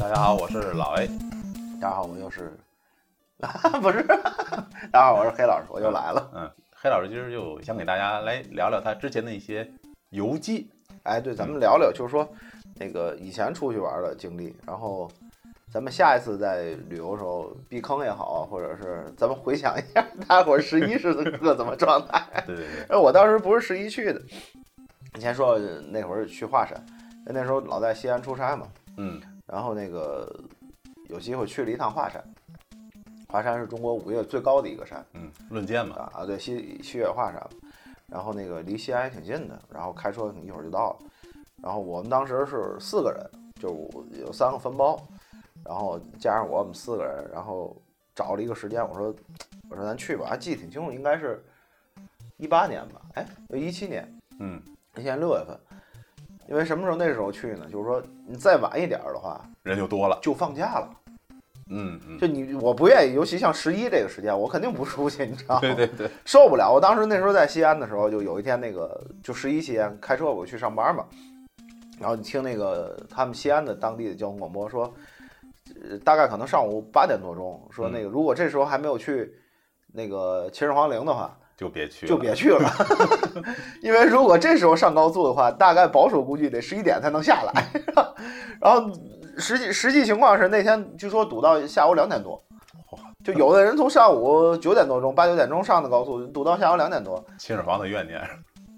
大家好，我是老 A。 大家好，我又是，不是，大家好，我是黑老师，我又来了。 黑老师今儿就想给大家来聊聊他之前的一些游记。 哎，对，咱们聊聊，就是说那个以前出去玩的经历，然后咱们下一次在旅游的时候避坑也好，或者是咱们回想一下，大伙儿11是个怎么状态？ 对对对。 我当时不是11去的，以前说那会儿去华山，那时候老在西安出差嘛。然后那个有机会去了一趟华山。华山是中国5岳最高的一个山， 论剑嘛。 啊，对，西岳华山，然后那个离西安也挺近的，然后开车一会儿就到了。然后我们当时是4个人，就有3个分包，然后加上我们4个人，然后找了一个时间，我说咱去吧，还记得挺清楚，应该是18年吧，17年，17年6月份。因为什么时候那时候去呢？就是说你再晚一点的话， 人就多了， 就放假了。就我不愿意，尤其像11这个时间，我肯定不出去，你知道吗？ 对对对， 受不了。我当时那时候在西安的时候，就有一天那个就11期间开车我去上班嘛，然后你听那个他们西安的当地的交通广播说，大概可能上午8点多钟，说那个如果这时候还没有去那个秦始皇陵的话，就别去了，因为如果这时候上高速的话，大概保守估计得11点才能下来。然后实际情况是那天据说堵到下午2点多，就有的人从上午9点多钟、8、9点钟上的高速，堵到下午2点多。 秦始皇的怨念，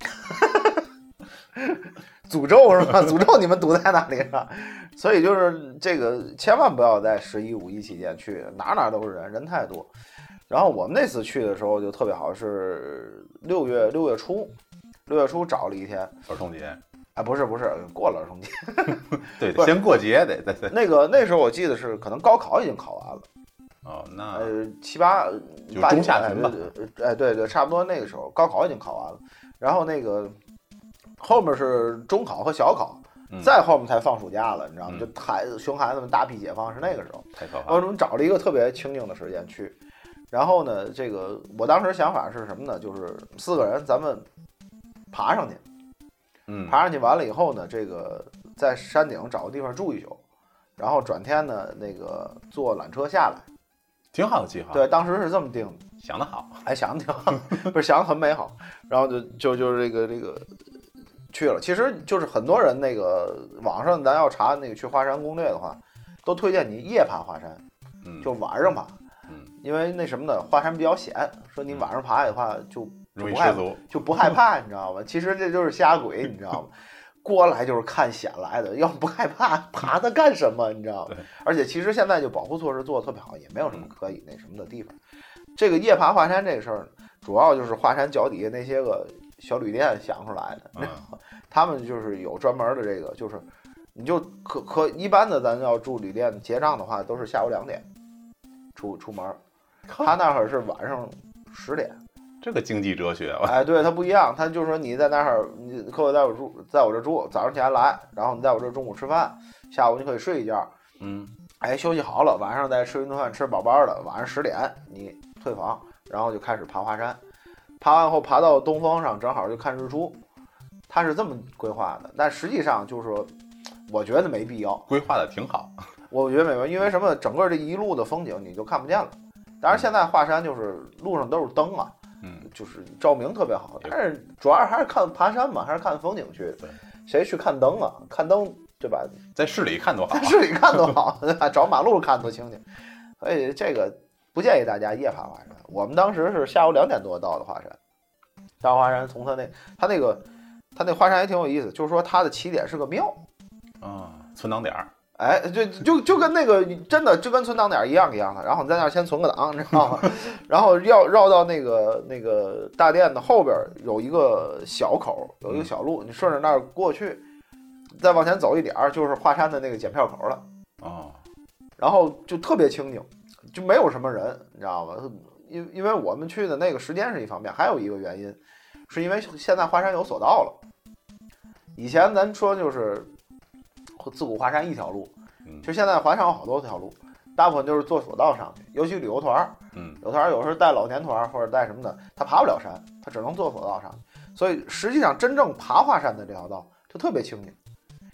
诅咒是吧？诅咒你们堵在那里了。所以就是这个，千万不要在11、5、1期间去，哪都是人太多。然后我们那次去的时候就特别好，是6月初找了一天儿童节啊，不是过了儿童节， 对，先过节得。 那时候我记得是可能高考已经考完了。 哦，那 7、8 就中下旬吧。 对，差不多那个时候高考已经考完了，然后那个后面是中考和小考。再后面才放暑假了，你知道吗？就熊孩子们大批解放是那个时候。 太可怕了。 我们找了一个特别清静的时间去，然后呢，这个我当时想法是什么呢？就是4个人咱们爬上去，爬上去完了以后呢，这个在山顶找个地方住一宿，然后转天呢那个坐缆车下来。 挺好的计划。 对，当时是这么定的。 想得好， 想得挺好，不是想得很美好。然后就是这个。去了，其实就是很多人那个网上咱要查那个去华山攻略的话，都推荐你夜爬华山，就晚上爬，因为那什么的华山比较险，说你晚上爬的话容易失足， 就不害怕，你知道吗？其实这就是瞎鬼，你知道吗？过来就是看险来的，要不害怕爬它干什么？你知道吗？而且其实现在就保护措施做得特别好，也没有什么可以那什么的地方。这个夜爬华山这个事儿，主要就是华山脚底下那些个小旅店想出来的，他们就是有专门的这个，就是你就可一般的咱要住旅店结账的话，都是下午2点出门，他那会儿是晚上10点。 这个经济哲学吧？ 对，它不一样，他就说你在那儿，你客户在我这住，早上起来来，然后你在我这中午吃饭，下午你可以睡一觉，休息好了，晚上再吃一顿饭，吃饱饱的，晚上10点你退房，然后就开始爬华山。爬完后爬到东峰上，正好就看日出，他是这么规划的。但实际上就是说，我觉得没必要。 规划的挺好， 我觉得没必要，因为什么？整个这一路的风景你就看不见了。当然现在华山就是路上都是灯啊，就是照明特别好。但是主要还是看爬山嘛，还是看风景去。谁去看灯啊？看灯对吧？ 在市里看多好， 在市里看多好，找马路看多清静。所以这个不建议大家夜爬华山。我们当时是下午2点多到的华山，到华山从他那华山也挺有意思，就是说他的起点是个庙存档点。 就跟那个真的就跟存档点一样的，然后你在那儿先存个档，你知道吗？然后绕到那个大殿的后边有一个小口，有一个小路，你顺着那儿过去，再往前走一点就是华山的那个检票口了。然后就特别清静，就没有什么人，你知道吗？因为我们去的那个时间是一方面，还有一个原因，是因为现在华山有索道了。以前咱说就是自古华山一条路，就现在华山有好多条路，大部分就是坐索道上去，尤其旅游团，有团有时候带老年团或者带什么的，他爬不了山，他只能坐索道上去。所以实际上真正爬华山的这条道就特别清静。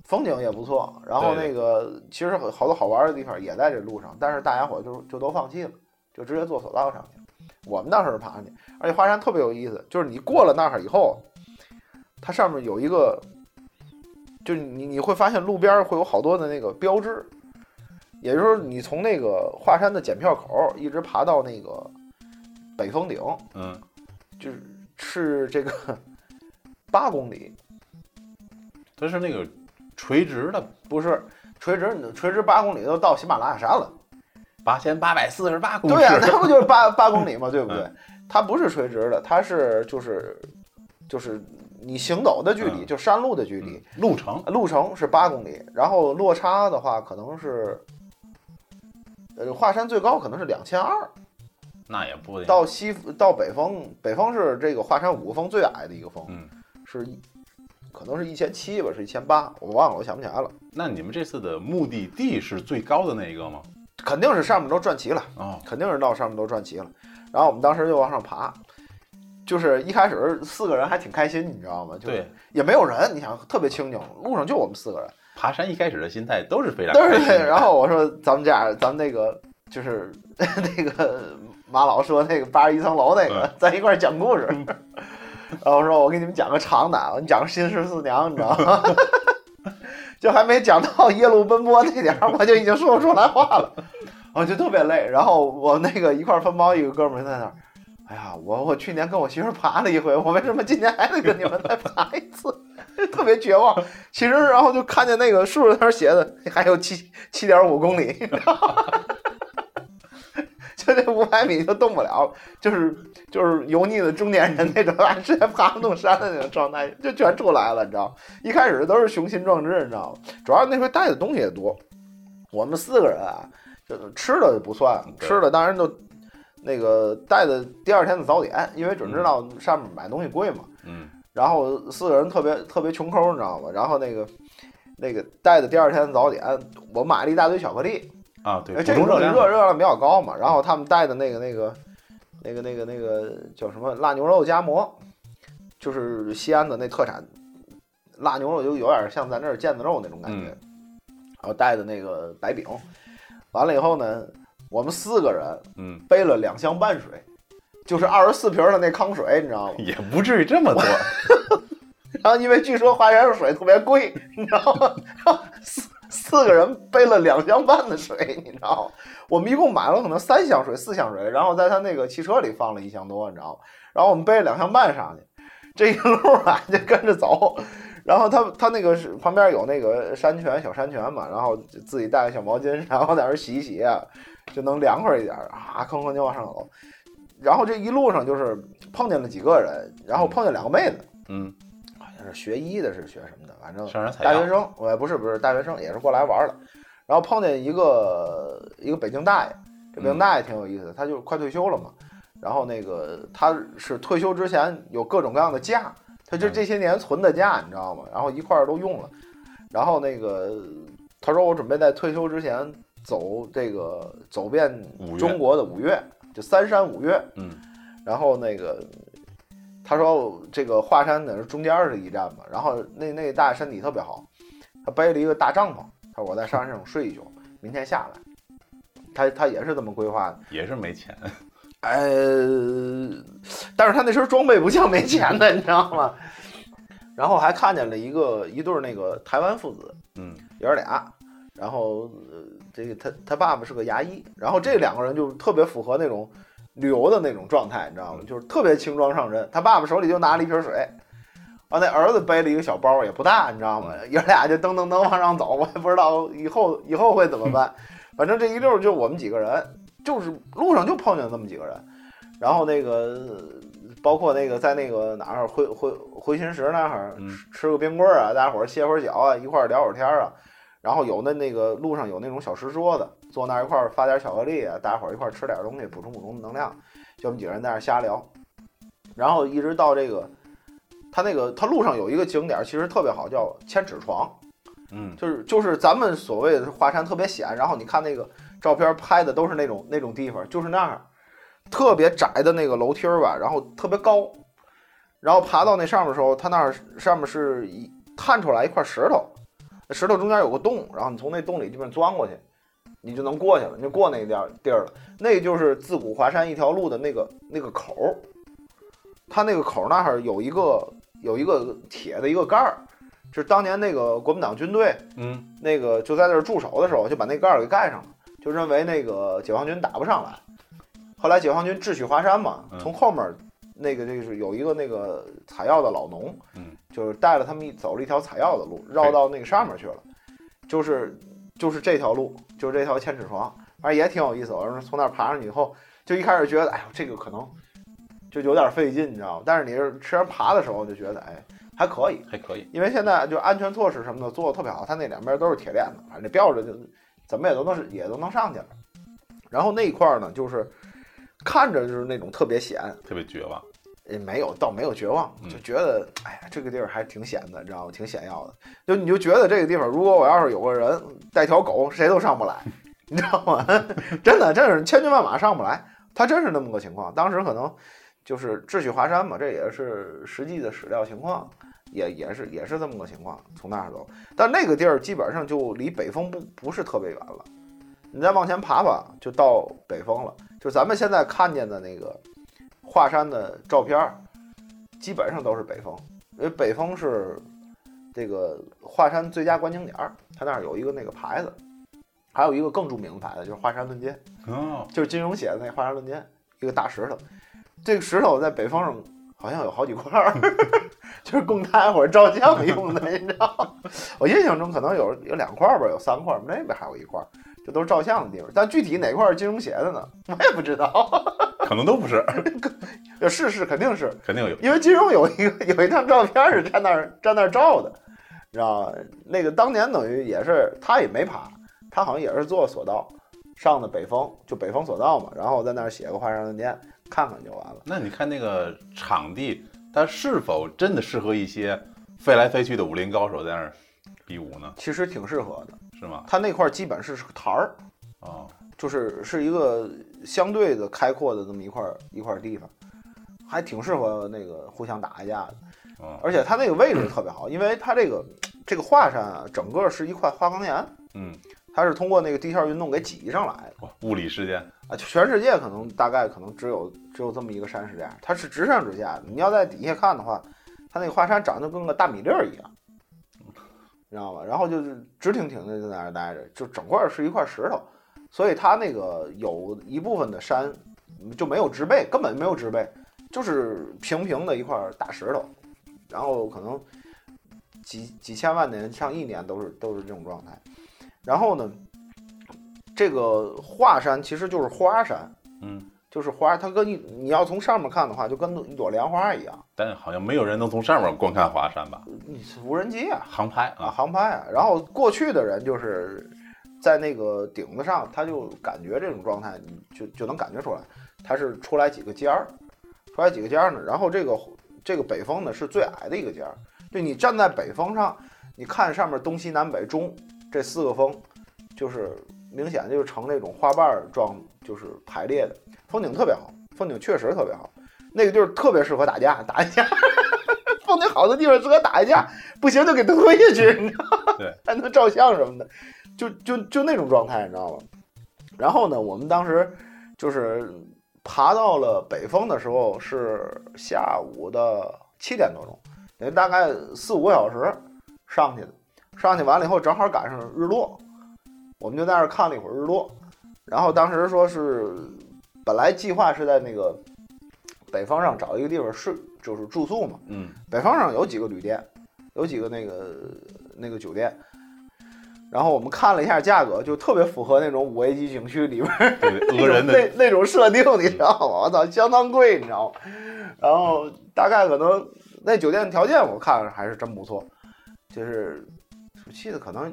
风景也不错，然后那个其实好多好玩的地方也在这路上，但是大家伙就都放弃了，就直接坐索道上去。我们当时是爬上去，而且华山特别有意思，就是你过了那儿以后，它上面有一个，就是你会发现路边会有好多的那个标志，也就是说你从那个华山的检票口一直爬到那个北峰顶，就是这个8公里。 它是那个垂直的， 不是垂直8公里都到喜马拉雅山了 8848公里。 对呀，那不就是八公里吗？对不对？它不是垂直的，它是就是你行走的距离，就山路的距离， 路程是8公里，然后落差的话可能是，华山最高可能是2200， 那也不到北峰是这个华山5个峰最矮的一个峰，是可能是1700吧，是1800，我忘了，我想不起来了。 那你们这次的目的地是最高的那一个吗？ 肯定是上面都转齐了，肯定是到上面都转齐了。然后我们当时就往上爬，就是一开始4个人还挺开心，你知道吗？对，也没有人，你想特别清静，路上就我们4个人。 爬山一开始的心态都是非常开心的。 对，然后我说咱们这样，咱们那个就是那个马老说那个81层楼那个，咱一块讲故事。然后我说我给你们讲个长的，我讲个新14娘，你知道吗？就还没讲到夜路奔波那点我就已经说不出来话了，我就特别累。然后我那个一块分包一个哥们儿在那儿，哎呀，我去年跟我媳妇爬了一回，我为什么今年还得跟你们再爬一次？特别绝望。其实然后就看见那个树上那写的还有7.5公里，你知道吗？就这500米就动不了，就是油腻的中年人那种，直接爬不动山的那种状态，就全出来了，你知道吗？一开始都是雄心壮志，你知道吗？主要那回带的东西也多，我们4个人啊，就吃的不算，吃的当然都那个带的第2天的早点，因为准知道上面买东西贵嘛，然后4个人特别穷抠，你知道吗？然后那个带的第2天的早点，我买了一大堆巧克力。 对， 这个热量比较高嘛，然后他们带的那个叫什么辣牛肉夹馍，就是西安的那特产辣牛肉，就有点像咱这儿腱子肉那种感觉，然后带的那个白饼，完了以后呢，我们4个人背了2箱半水，就是24瓶的那康水，你知道吗？ 也不至于这么多。 然后因为据说华山水特别贵，你知道吗？4个人背了2箱半的水，你知道吗？我们一共买了可能3箱水、4箱水，然后在他那个汽车里放了1箱多，你知道吗？然后我们背了2箱半上去，这一路啊就跟着走。然后他那个是旁边有那个山泉小山泉嘛，然后自己带个小毛巾，然后在那洗一洗啊，就能凉快一点啊，吭吭就往上走。然后这一路上就是碰见了几个人，然后碰见2个妹子，好像是学医的，是学什么的，反正大学生，不是大学生，也是过来玩的。然后碰见一个北京大爷，这北京大爷挺有意思的，他就快退休了嘛。然后那个他是退休之前有各种各样的假，他就这些年存的假，你知道吗？然后一块儿都用了。然后那个他说我准备在退休之前走遍中国的5岳，就3山5岳。然后那个他说这个华山呢是中间是一站嘛，然后那大爷身体特别好，他背了一个大帐篷，他说我在山上睡一宿，明天下来。他也是这么规划的， 也是没钱。 但是他那身装备不像没钱的，你知道吗？然后还看见了一对那个台湾父子，爷儿俩，然后这个他爸爸是个牙医，然后这2个人就特别符合那种旅游的那种状态，你知道吗？就是特别轻装上阵。他爸爸手里就拿了一瓶水，然后那儿子背了一个小包，也不大，你知道吗？爷儿俩就噔噔噔往上走，我也不知道以后会怎么办。反正这一溜就我们几个人，就是路上就碰见那么几个人，然后那个包括那个在那个哪儿回新石那儿吃个冰棍啊，大家伙儿歇会儿脚啊，一块儿聊会儿天啊。然后有那个路上有那种小石桌子，坐那儿一块儿发点巧克力啊，大家伙儿一块儿吃点东西，补充能量。就我们几个人在那儿瞎聊，然后一直到这个他路上有一个景点，其实特别好，叫千尺床。就是咱们所谓的华山特别险，然后你看那个照片拍的都是那种地方，就是那儿特别窄的那个楼梯吧，然后特别高，然后爬到那上面的时候，它那儿上面是探出来一块石头， 石头中间有个洞，然后你从那洞里基本钻过去，你就能过去了，你就过那地儿了。那就是自古华山一条路的那个口，它那个口那儿有一个铁的一个盖儿，是当年那个国民党军队，那个就在那儿驻守的时候，就把那盖儿给盖上了，就认为那个解放军打不上来。后来解放军智取华山嘛，从后面那个就是有一个那个采药的老农，就是带了他们走了一条采药的路，绕到那个上面去了，就是这条路，就是这条千尺床，反正也挺有意思。我说从那儿爬上去以后，就一开始觉得，哎呦，这个可能就有点费劲，你知道吗？但是你是吃人爬的时候就觉得，哎，还可以，因为现在就安全措施什么的做的特别好，它那两边都是铁链子，反正这标着就怎么也都能上去了。然后那一块呢，就是看着就是那种特别险， 特别绝望。 倒没有绝望，就觉得哎呀，这个地儿还挺险的，你知道吗？挺险要的。就你就觉得这个地方，如果我要是有个人带条狗，谁都上不来，你知道吗？真是千军万马上不来，他真是那么个情况。当时可能就是智取华山嘛，这也是实际的史料情况，也是这么个情况，从那儿走。但那个地儿基本上就离北峰不是特别远了，你再往前爬就到北峰了。就咱们现在看见的那个华山的照片，基本上都是北峰，因为北峰是这个华山最佳观景点，它那儿有一个那个牌子，还有一个更著名的牌子就是华山论剑，就是金庸写的那华山论剑，一个大石头。这个石头在北峰上好像有好几块，就是供大家伙照相用的，你知道吗？我印象中可能有2块吧，有3块，那边还有1块，这都是照相的地方。但具体哪块是金庸写的呢？我也不知道， 可能都不是。 是肯定是， 肯定有， 因为金庸有一张照片是站那儿照的，你知道吗？那个当年等于也是他也没爬，他好像也是坐索道上的北峰，就北峰索道嘛，然后在那儿写个华山论剑，看看就完了。 那你看那个场地，它是否真的适合一些飞来飞去的武林高手在那儿比武呢？ 其实挺适合的， 是吗？ 它那块基本是个台儿，就是一个相对的开阔的这么一块地方，还挺适合那个互相打一架的。而且它那个位置特别好，因为它这个华山啊，整个是一块花岗岩，它是通过那个地壳运动给挤上来的。 物理事件啊，全世界大概只有这么一个山是这样，它是直上直下的。你要在底下看的话，它那个华山长得跟个大米粒儿一样，你知道吗？然后就是直挺挺的就在那儿待着，就整块是一块石头，所以它那个有一部分的山就没有植被，根本没有植被，就是平的一块大石头，然后可能几千万年上1年都是这种状态。然后呢，这个华山其实就是花山，就是花，它跟你要从上面看的话，就跟一朵莲花一样。 但好像没有人能从上面观看华山吧？ 无人机啊， 航拍啊， 航拍啊。然后过去的人就是在那个顶子上，他就感觉这种状态，你就能感觉出来，它是出来几个尖儿呢。然后这个北峰呢是最矮的一个尖儿，就你站在北峰上，你看上面东西南北中这4个峰，就是明显就是成那种花瓣状，就是排列的，风景特别好，风景确实特别好。那个地儿特别适合打一架，风景好的地方适合打一架，不行就给他推下去，你知道吗？ 对， 还能照相什么的，就那种状态，你知道吗？然后呢，我们当时就是爬到了北峰的时候是下午的7点多钟，也大概4-5个小时上去的。上去完了以后，正好赶上日落，我们就在那儿看了一会儿日落。然后当时说是本来计划是在那个北峰上找一个地方就是住宿嘛，北峰上有几个旅店，有几个那个酒店。然后我们看了一下价格，就特别符合那种5A级景区里边讹人的那种设定，你知道吗？我操，相当贵，你知道吗？然后大概可能那酒店条件我看还是真不错，就是我记得可能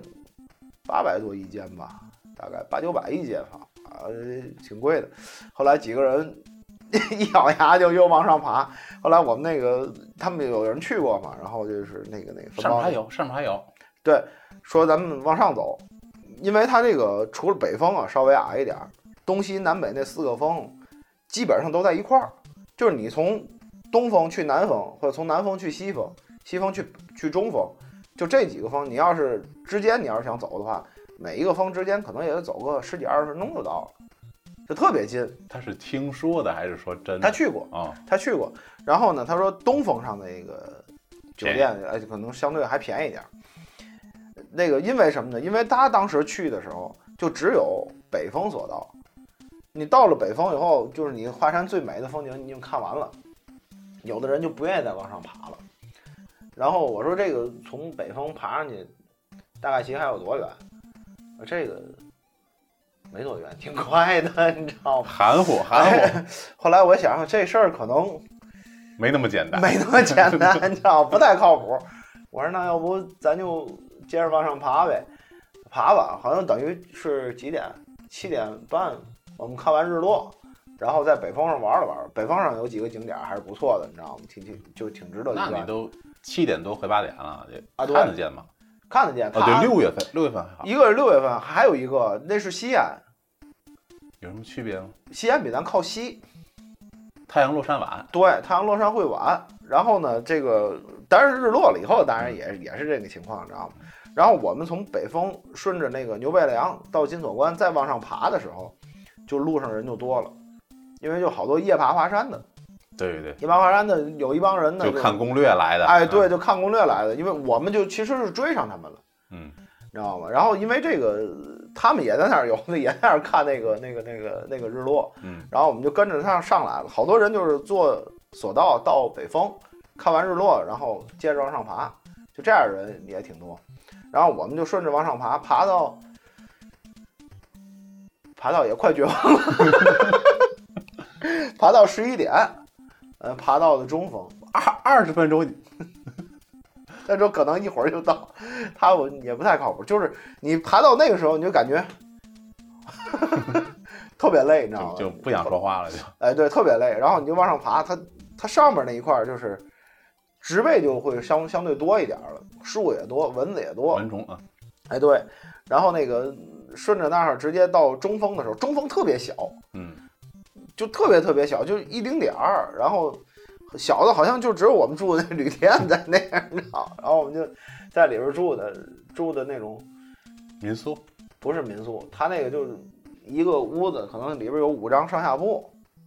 800多一间吧，大概800-900一间房啊，挺贵的。后来几个人一咬牙就又往上爬。后来我们那个他们有人去过嘛，然后就是那个上面还有， 对，说咱们往上走，因为它这个除了北峰啊稍微矮一点，东西南北那4个峰基本上都在一块儿，就是你从东峰去南峰，或者从南峰去西峰，西峰去中峰， 就这几个峰，你要是想走的话，每一个峰之间可能也得走个10几20分钟就到了，就特别近。 他是听说的还是说真的？ 他去过啊， 他去过。然后呢，他说东峰上那个酒店可能相对还便宜点。那个因为什么呢？因为他当时去的时候就只有北峰索道，你到了北峰以后，就是你华山最美的风景你已经看完了，有的人就不愿意再往上爬了。然后我说这个从北峰爬上去大概其实还有多远？这个没多远，挺快的，你知道吗？ 含糊。 后来我想想这事儿可能没那么简单， 你知道吗？不太靠谱。我说那要不咱就接着往上爬呗，爬吧，好像等于是几点？7点半我们看完日落，然后在北峰上玩了玩。北峰上有几个景点还是不错的，你知道吗？挺值得一转。 那你都7点多快8点了， 啊， 看得见吗？ 看得见。 哦，对，6月份还好。 一个是6月份，还有一个那是西安。 有什么区别吗？ 西安比咱靠西， 太阳落山晚。 对，太阳落山会晚。然后呢，这个当然日落了以后，当然也是这个情况，你知道吗？然后我们从北峰顺着那个牛背梁到金锁关，再往上爬的时候，就路上人就多了，因为就好多夜爬华山的。 对， 夜爬华山的有一帮人呢， 就看攻略来的。 哎，对，就看攻略来的，因为我们就其实是追上他们了， 你知道吗？然后因为这个，他们也在那儿，有的也在那儿看那个日落，然后我们就跟着他上来了，好多人就是坐索道到北峰，看完日落，然后接着往上爬，就这样的人也挺多。然后我们就顺着往上爬，爬到也快绝望了，爬到11点，爬到了中峰 ，20分钟， 再说可能一会儿就到，我也不太靠谱。就是你爬到那个时候，你就感觉特别累，你知道吗？ 就不想说话了，就。 哎，对，特别累。然后你就往上爬，它上面那一块就是植被就会相对多一点了，树也多，蚊子也多， 蚊虫啊。 哎，对。然后那个顺着那儿直接到中峰的时候，中峰特别小，就特别小，就1丁点儿，然后小的好像就只有我们住的旅店在那样，你知道？然后我们就在里边住的那种民宿， 不是民宿，它那个就是一个屋子，可能里边有5张上下铺，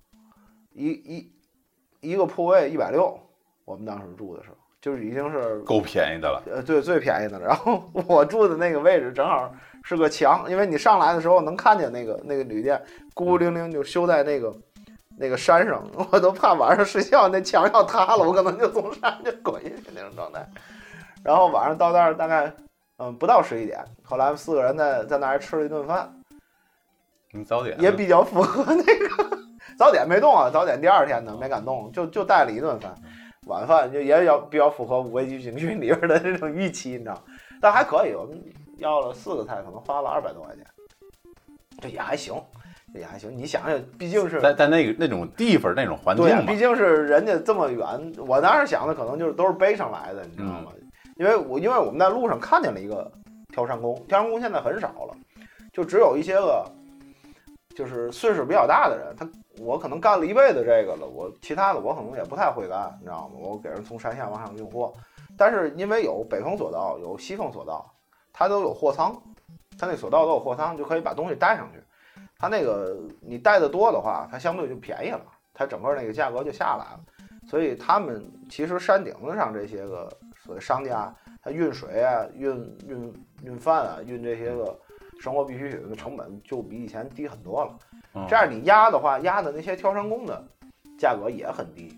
一个铺位160，我们当时住的时候就是已经是够便宜的了。 对，最便宜的了。然后我住的那个位置正好是个墙，因为你上来的时候能看见那个旅店孤孤零零就修在那个山上，我都怕晚上睡觉那墙要塌了，我可能就从山就滚下去那种状态。然后晚上到那儿大概不到11点，后来4个人在那儿吃了一顿饭。 早点也比较符合那个早点没动啊，早点第2天呢没敢动，就带了一顿饭。晚饭就也比较符合五味景区里边的这种预期，你知道，但还可以，我们要了4个菜，可能花了200多块钱，这也还行。你想想，毕竟是在那种地方那种环境嘛， 对，毕竟是人家这么远，我当时想的可能就是都是背上来的，你知道吗？因为我们在路上看见了一个挑山工，挑山工现在很少了，就只有一些个就是岁数比较大的人，我可能干了一辈子这个了，我其他的我可能也不太会干，你知道吗？我给人从山下往上运货，但是因为有北峰索道，有西峰索道，它都有货仓，它那索道都有货仓，就可以把东西带上去。它那个你带的多的话，它相对就便宜了，它整个那个价格就下来了。所以他们其实山顶子上这些个所谓商家，他运水啊、运饭啊、运这些个生活必需品的成本就比以前低很多了。这样你压的话，压的那些挑山工的价格也很低，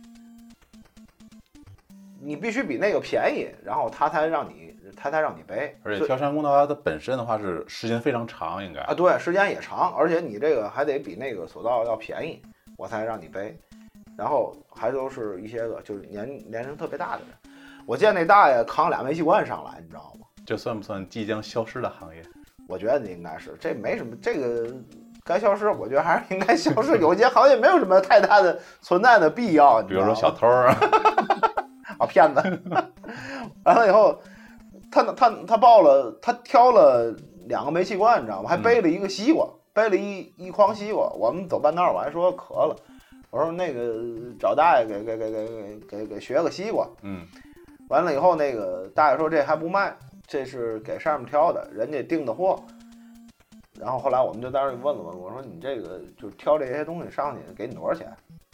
你必须比那个便宜，然后他才让你背。 而且挑山工的话，它本身的话是时间非常长，应该啊，对，时间也长，而且你这个还得比那个索道要便宜，我才让你背。然后还都是一些个就是年龄特别大的人，我见那大爷扛2煤气罐上来，你知道吗？ 这算不算即将消失的行业？ 我觉得应该是，这没什么，这个该消失，我觉得还是应该消失。有些行业没有什么太大的存在的必要， 比如说小偷啊， 啊骗子。完了以后，他挑了2个煤气罐，你知道吗？还背了一个西瓜，背了一筐西瓜。我们走半道，我还说渴了，我说那个找大爷给学个西瓜。 嗯， 完了以后，那个大爷说这还不卖， 这是给上面挑的，人家订的货。然后后来我们就在那里问了问，我说你这个就挑这些东西上去给你多少钱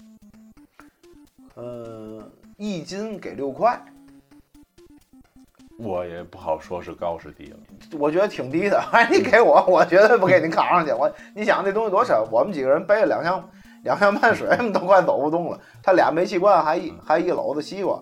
？1斤给6块。 我也不好说是高是低了， 我觉得挺低的。哎，你给我绝对不给你扛上去。你想这东西多沉，我们几个人背了2箱半水，都快走不动了。他俩煤气罐还一篓子西瓜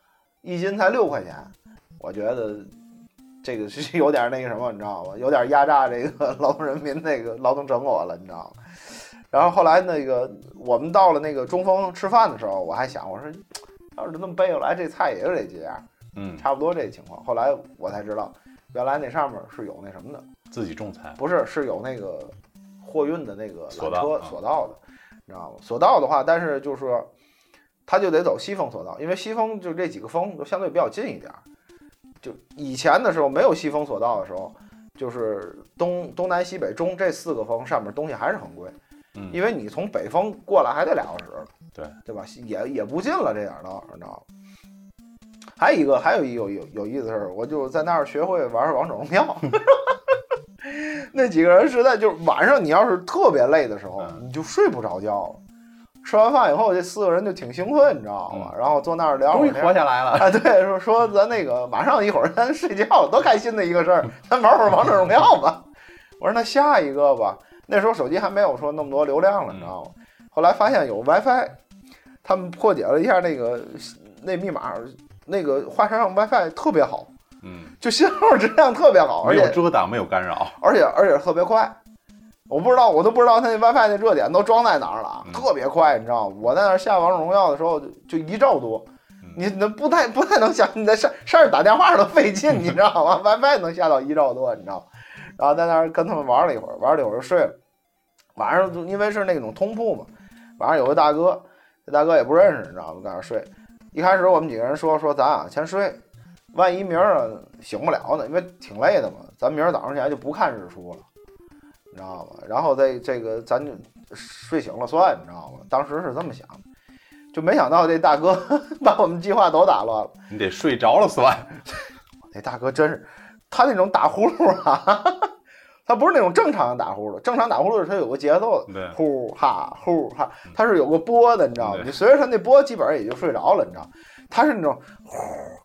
，1斤才6块钱。我觉得这个是有点那个什么，你知道吗？有点压榨这个劳动人民那个劳动成果了，你知道吗？然后后来那个我们到了那个中丰吃饭的时候，我还想，我说要是这么背过来，这菜也就这样。差不多这情况。后来我才知道，原来那上面是有那什么的， 自己种菜， 不是有那个货运的那个缆车索道的，你知道吗？索道的话，但是就是说，他就得走西风索道，因为西风就这几个风都相对比较近一点。就以前的时候没有西风索道的时候，就是东南西北中这4个风上面东西还是很贵，因为你从北风过来还得2个小时，对吧？也不近了这点道，你知道吗？还有一有意思的事儿，我就在那儿学会玩王者荣耀。那几个人实在就是晚上，你要是特别累的时候，你就睡不着觉了。吃完饭以后，这4个人就挺兴奋，你知道吗？然后坐那儿聊会儿天， 终于活下来了啊！对，说咱那个马上一会儿咱睡觉了，多开心的一个事儿，咱玩会儿王者荣耀吧。我说那下一个吧。那时候手机还没有说那么多流量了，你知道吗？后来发现有 WiFi， 他们破解了一下那密码。那个华山上 WiFi 特别好，就信号质量特别好，而且没有遮挡，没有干扰， 而且特别快。我都不知道它那 WiFi 那热点都装在哪儿了，特别快，你知道吗？我在那下王者荣耀的时候就1兆多，你那不太能想，你在上面打电话都费劲，你知道吗？WiFi 能下到1兆多，你知道吗？然后在那儿跟他们玩了一会儿就睡了。晚上因为是那种通铺嘛，晚上有个大哥，这大哥也不认识，你知道吗？在那儿睡。一开始我们几个人说咱俩先睡，万一明儿醒不了呢，因为挺累的嘛，咱明儿早上起来就不看日出了，你知道吗？然后这个咱就睡醒了算，你知道吗？当时是这么想的，就没想到这大哥把我们计划都打乱了。 你得睡着了算。 那大哥真是，他那种打呼噜啊，他不是那种正常的打呼噜，正常打呼噜是他有个节奏的，呼哈呼哈，他是有个波的，你知道吗？你随着他那波基本上也就睡着了，你知道，他是那种呼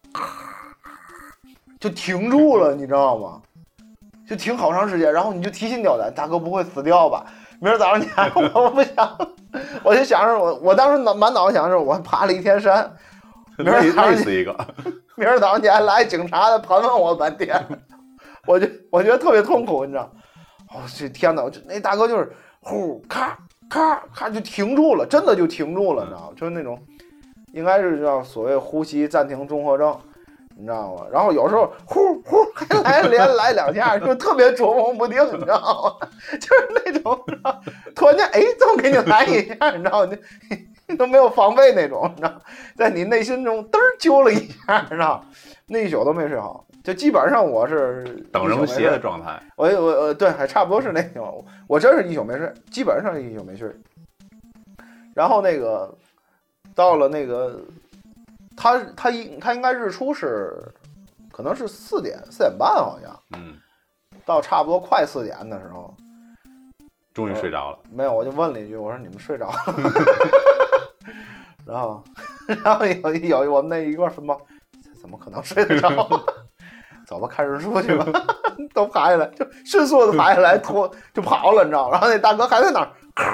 就停住了，你知道吗？就停好长时间，然后你就提心吊胆，大哥不会死掉吧？明儿早上起来我不想，我就想着我当时满脑子想着我爬了1天山，明儿早上累死一个， 明儿早上起来来警察的盘问我半天。我觉得特别痛苦，你知道？这天哪！那大哥就是呼咔咔咔就停住了，真的就停住了，你知道吗？就是那种应该是叫所谓呼吸暂停综合症，你知道吗？然后有时候呼呼还连来2下，就特别捉摸不定，你知道吗？就是那种突然间这么给你来一下，你知道吗？你都没有防备那种，你知道，在你内心中嘚儿揪了一下，你知道，那一宿都没睡好。就基本上我是等人歇的状态， 我对，还差不多是那种，我真是1宿没睡，基本上1宿没睡。然后那个到了那个，他应该日出是可能是4点半好像，到差不多快4点的时候， 终于睡着了。 没有，我就问了一句，我说你们睡着了？然后有我们那一个什么，怎么可能睡得着？走吧，看日出去吧，都爬下来，就迅速的爬下来，就跑了，你知道吗？然后那大哥还在那儿，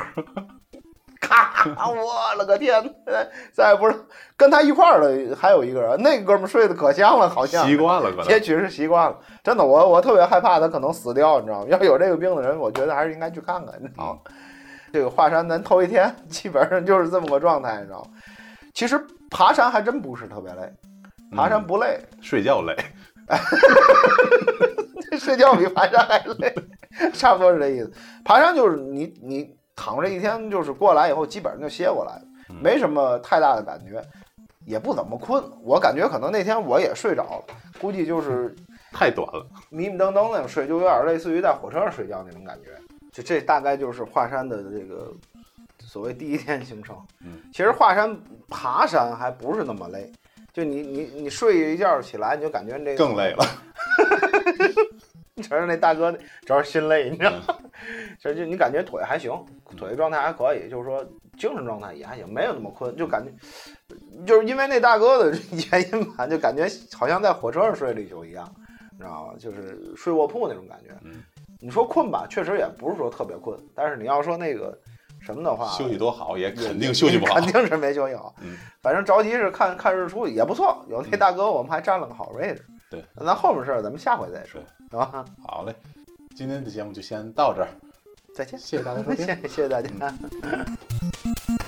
咔，我了个天！再也不是跟他一块儿的，还有一个人，那个哥们睡得可香了，好像习惯了，可能也许是习惯了。真的，我特别害怕他可能死掉，你知道吗？要有这个病的人，我觉得还是应该去看看，你知道吗？这个华山咱头一天基本上就是这么个状态，你知道吗？其实爬山还真不是特别累，爬山不累， 睡觉累。 睡觉比爬山还累，差不多是这意思。爬山就是你躺着一天，就是过来以后基本上就歇过来了，没什么太大的感觉，也不怎么困。我感觉可能那天我也睡着了，估计就是太短了， 迷迷瞪瞪那种睡，就有点类似于在火车上睡觉那种感觉。就这大概就是华山的这个所谓第一天行程。其实华山爬山还不是那么累。就你睡一觉起来，你就感觉这个更累了。 主要是那大哥主要是心累，你知道吗？就你感觉腿还行，腿状态还可以，就是说精神状态也还行，没有那么困，就感觉就是因为那大哥的原因吧，就感觉好像在火车上睡了一宿一样，你知道吗？就是睡卧铺那种感觉。你说困吧，确实也不是说特别困，但是你要说那个什么的话， 休息多好也肯定休息不好， 肯定是没休息好。反正着急是看日出也不错，有那大哥我们还占了个好位置。 对， 那后面事儿咱们下回再说，是吧？ 好嘞，今天的节目就先到这儿， 再见， 谢谢大家收听， 谢谢大家。